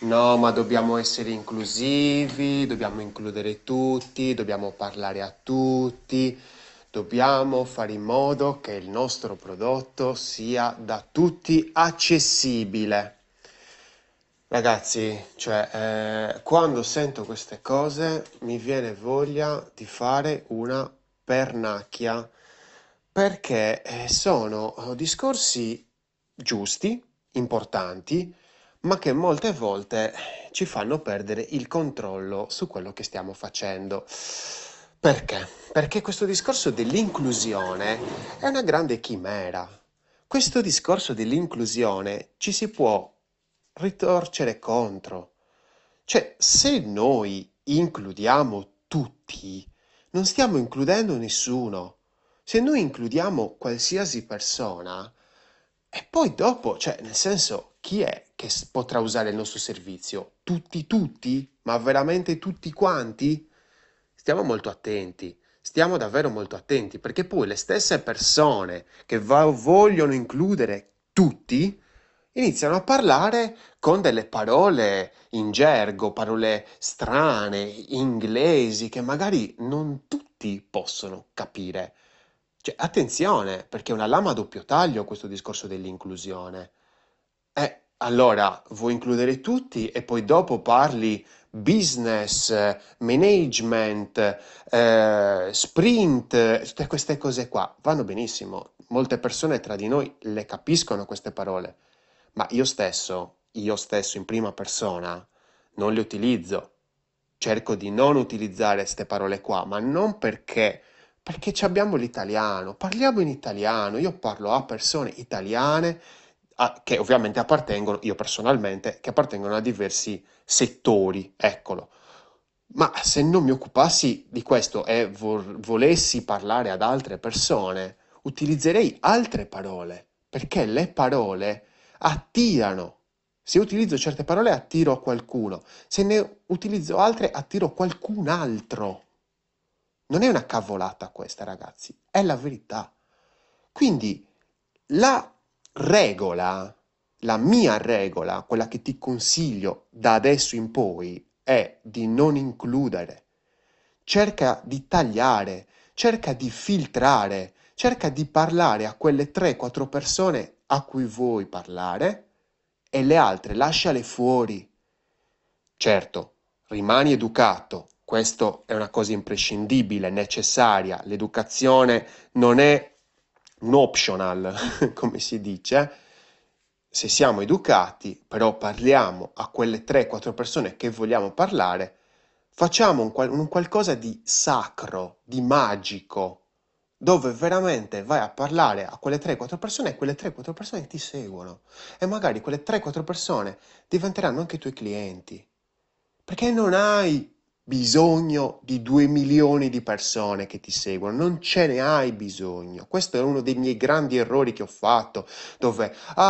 No, ma dobbiamo essere inclusivi, dobbiamo includere tutti, dobbiamo parlare a tutti, dobbiamo fare in modo che il nostro prodotto sia da tutti accessibile. Ragazzi, quando sento queste cose mi viene voglia di fare una pernacchia, perché sono discorsi giusti, importanti, ma che molte volte ci fanno perdere il controllo su quello che stiamo facendo. Perché? Perché questo discorso dell'inclusione è una grande chimera. Questo discorso dell'inclusione ci si può ritorcere contro. Cioè, se noi includiamo tutti, non stiamo includendo nessuno. Se noi includiamo qualsiasi persona, e poi dopo, cioè, nel senso, chi è che potrà usare il nostro servizio? Tutti, tutti? Ma veramente tutti quanti? Stiamo molto attenti, stiamo davvero molto attenti, perché poi le stesse persone che vogliono includere tutti iniziano a parlare con delle parole in gergo, parole strane, inglesi, che magari non tutti possono capire. Cioè, attenzione, perché è una lama a doppio taglio questo discorso dell'inclusione. Allora vuoi includere tutti e poi dopo parli business, management, sprint, tutte queste cose qua. Vanno benissimo. Molte persone tra di noi le capiscono queste parole, ma io stesso in prima persona non le utilizzo. Cerco di non utilizzare queste parole qua, ma non perché ci abbiamo l'italiano, parliamo in italiano, io parlo a persone italiane che ovviamente appartengono, io personalmente, che appartengono a diversi settori, eccolo. Ma se non mi occupassi di questo e volessi parlare ad altre persone, utilizzerei altre parole, perché le parole attirano. Se utilizzo certe parole attiro qualcuno, se ne utilizzo altre attiro qualcun altro. Non è una cavolata questa, ragazzi, è la verità. Quindi la regola, la mia regola, quella che ti consiglio da adesso in poi, è di non includere. Cerca di tagliare, cerca di filtrare, cerca di parlare a quelle 3-4 persone a cui vuoi parlare e le altre lasciale fuori. Certo, rimani educato, questo è una cosa imprescindibile, necessaria. L'educazione non è un optional, come si dice. Se siamo educati, però parliamo a quelle 3-4 persone che vogliamo parlare, facciamo un qualcosa di sacro, di magico, dove veramente vai a parlare a quelle 3-4 persone e quelle 3-4 persone ti seguono. E magari quelle 3-4 persone diventeranno anche i tuoi clienti. Perché non hai bisogno di 2 milioni di persone che ti seguono, non ce ne hai bisogno. Questo è uno dei miei grandi errori che ho fatto, dove,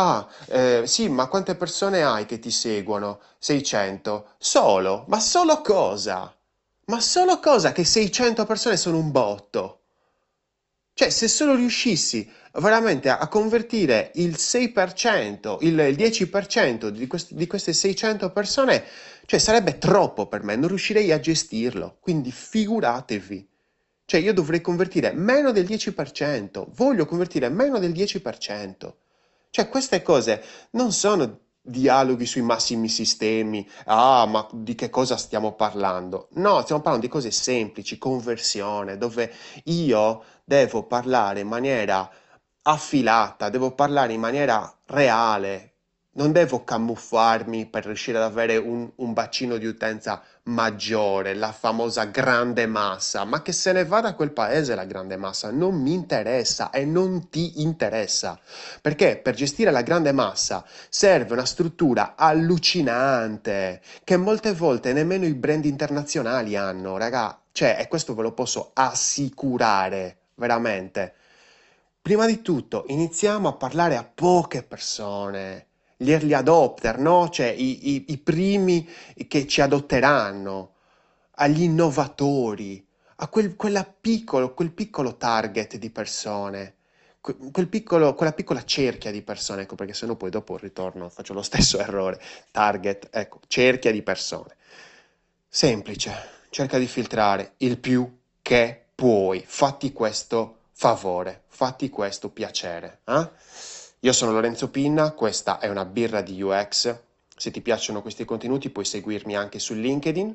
sì, ma quante persone hai che ti seguono? 600. Solo? Ma solo cosa? Ma solo cosa che 600 persone sono un botto? Cioè, se solo riuscissi veramente a convertire il 6%, il 10% di queste 600 persone, cioè sarebbe troppo per me, non riuscirei a gestirlo. Quindi figuratevi. Cioè, io dovrei convertire meno del 10%, voglio convertire meno del 10%. Cioè, queste cose non sono dialoghi sui massimi sistemi. Ah, ma di che cosa stiamo parlando? No, stiamo parlando di cose semplici, conversione, dove io devo parlare in maniera affilata, devo parlare in maniera reale, non devo camuffarmi per riuscire ad avere un bacino di utenza maggiore, la famosa grande massa, ma che se ne vada a quel paese la grande massa, non mi interessa e non ti interessa, perché per gestire la grande massa serve una struttura allucinante che molte volte nemmeno i brand internazionali hanno, raga, cioè, e questo ve lo posso assicurare, veramente. Prima di tutto, iniziamo a parlare a poche persone, gli early adopter, no? Cioè i primi che ci adotteranno, agli innovatori, a quel piccolo target di persone. quella piccola cerchia di persone, ecco perché sennò poi dopo ritorno, faccio lo stesso errore. Target, ecco, cerchia di persone. Semplice, cerca di filtrare il più che puoi. Fatti questo favore, fatti questo piacere. Eh? Io sono Lorenzo Pinna, questa è una birra di UX. Se ti piacciono questi contenuti puoi seguirmi anche su LinkedIn.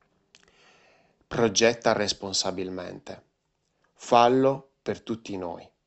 Progetta responsabilmente. Fallo per tutti noi.